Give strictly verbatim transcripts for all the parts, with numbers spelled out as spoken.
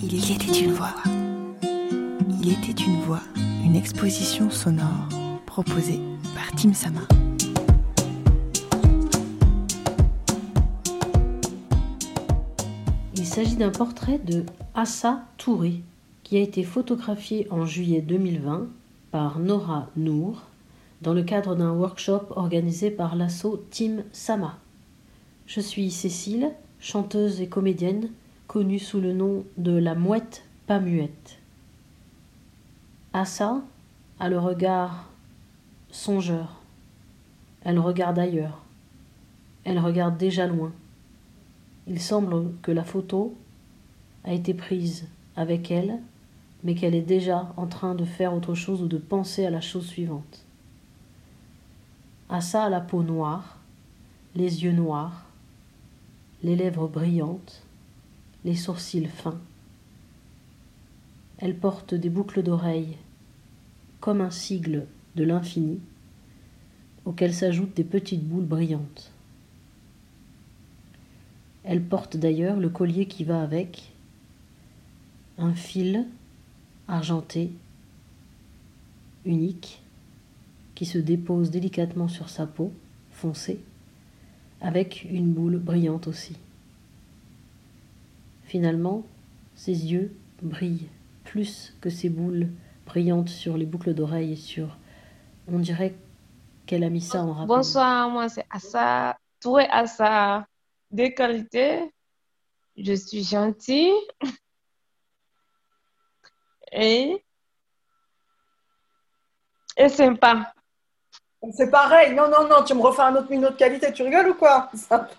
Il était une voix. Il était une voix, une exposition sonore proposée par Tim Sama. Il s'agit d'un portrait de Assa Touré qui a été photographié en juillet deux mille vingt par Nora Noor dans le cadre d'un workshop organisé par l'asso Tim Sama. Je suis Cécile, chanteuse et comédienne connue sous le nom de la Mouette pas muette. Assa a le regard songeur. Elle regarde ailleurs. Elle regarde déjà loin. Il semble que la photo a été prise avec elle, mais qu'elle est déjà en train de faire autre chose ou de penser à la chose suivante. Assa a la peau noire, les yeux noirs, les lèvres brillantes, les sourcils fins. Elle porte des boucles d'oreilles comme un sigle de l'infini, auquel s'ajoutent des petites boules brillantes. Elle porte d'ailleurs le collier qui va avec, un fil argenté, unique, qui se dépose délicatement sur sa peau foncée, avec une boule brillante aussi. Finalement, ses yeux brillent plus que ces boules brillantes sur les boucles d'oreilles et sur... On dirait qu'elle a mis ça en rappel. Bonsoir, moi c'est Assa Touré Assa de qualité. Je suis gentille et, et sympa. C'est pareil. Non, non, non, tu me refais un autre minot de qualité. Tu rigoles ou quoi?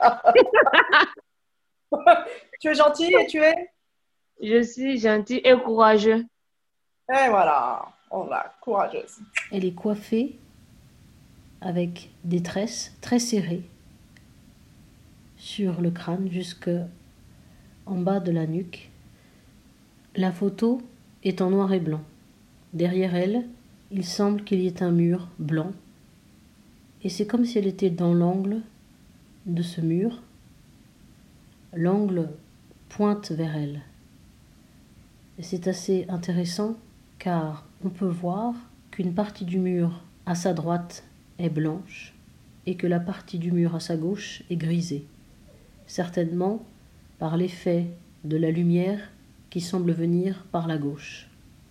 Tu es gentil et tu es? Je suis gentille et courageux. Et voilà, on l'a, courageuse. Elle est coiffée avec des tresses très serrées sur le crâne jusque en bas de la nuque. La photo est en noir et blanc. Derrière elle, il semble qu'il y ait un mur blanc. Et c'est comme si elle était dans l'angle de ce mur. L'angle pointe vers elle. Et c'est assez intéressant car on peut voir qu'une partie du mur à sa droite est blanche et que la partie du mur à sa gauche est grisée. Certainement par l'effet de la lumière qui semble venir par la gauche.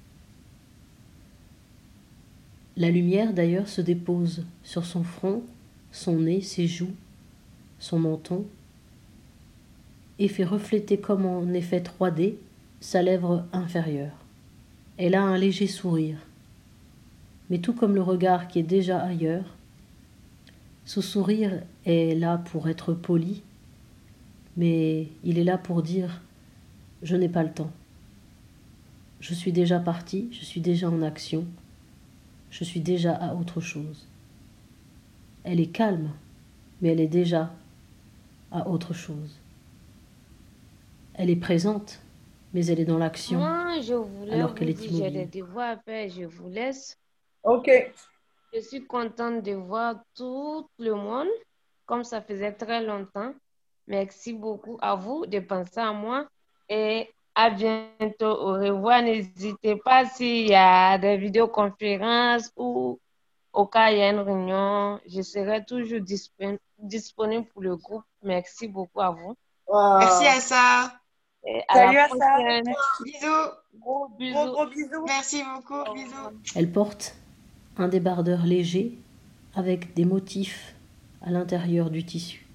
La lumière d'ailleurs se dépose sur son front, son nez, ses joues, son menton, et fait refléter comme en effet trois D sa lèvre inférieure. Elle a un léger sourire, mais tout comme le regard qui est déjà ailleurs, ce sourire est là pour être poli, mais il est là pour dire « je n'ai pas le temps ». Je suis déjà parti, je suis déjà en action, je suis déjà à autre chose. Elle est calme, mais elle est déjà à autre chose. Elle est présente, mais elle est dans l'action. Moi, je voulais alors qu'elle vous est dire, j'ai immobile. des devoirs à faire, je vous laisse. Ok. Je suis contente de voir tout le monde, comme ça faisait très longtemps. Merci beaucoup à vous de penser à moi et à bientôt. Au revoir. N'hésitez pas s'il y a des vidéoconférences ou au cas où il y a une réunion, je serai toujours dispon- disponible pour le groupe. Merci beaucoup à vous. Wow. Merci Assa. Et à Salut la à ça. prochaine. Bisous. Gros Gros, bisous. gros bisous. Merci beaucoup. Au Bisous. revoir. Elle porte un débardeur léger avec des motifs à l'intérieur du tissu.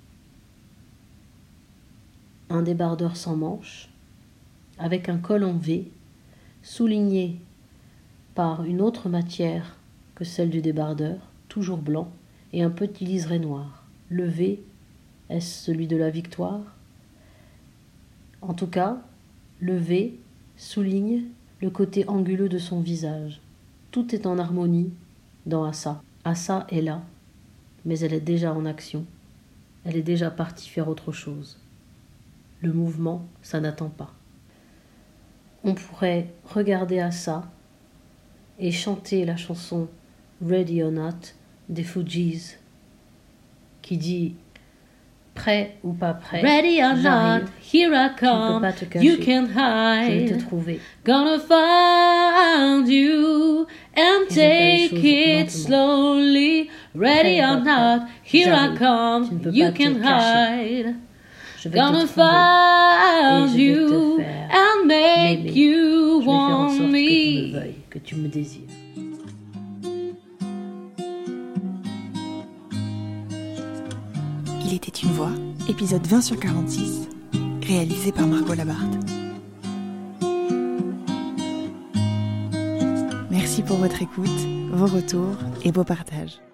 Un débardeur sans manches avec un col en V souligné par une autre matière que celle du débardeur, toujours blanc, et un petit liseré noir. Le V, est-ce celui de la victoire? En tout cas, le V souligne le côté anguleux de son visage. Tout est en harmonie dans Assa. Assa est là, mais elle est déjà en action. Elle est déjà partie faire autre chose. Le mouvement, ça n'attend pas. On pourrait regarder Assa et chanter la chanson Ready or Not des Fugees qui dit Prêt ou pas prêt, Ready or not, j'arrive. here I Tu ne peux come. pas te cacher. You can Je vais te hide. trouver. Gonna find you and Et je vais faire les take choses it lentement. slowly. Ready Prêt ou or pas prêt, not, here I j'arrive. Tu ne come. peux You pas te can cacher. hide. Je vais Gonna te trouver. find Et je vais te you faire and make m'aimer. you Je vais faire en want sorte que tu me me. veuilles, que tu me désires. Il était une voix, épisode vingt sur quarante-six, réalisé par Margot Labarthe. Merci pour votre écoute, vos retours et vos partages.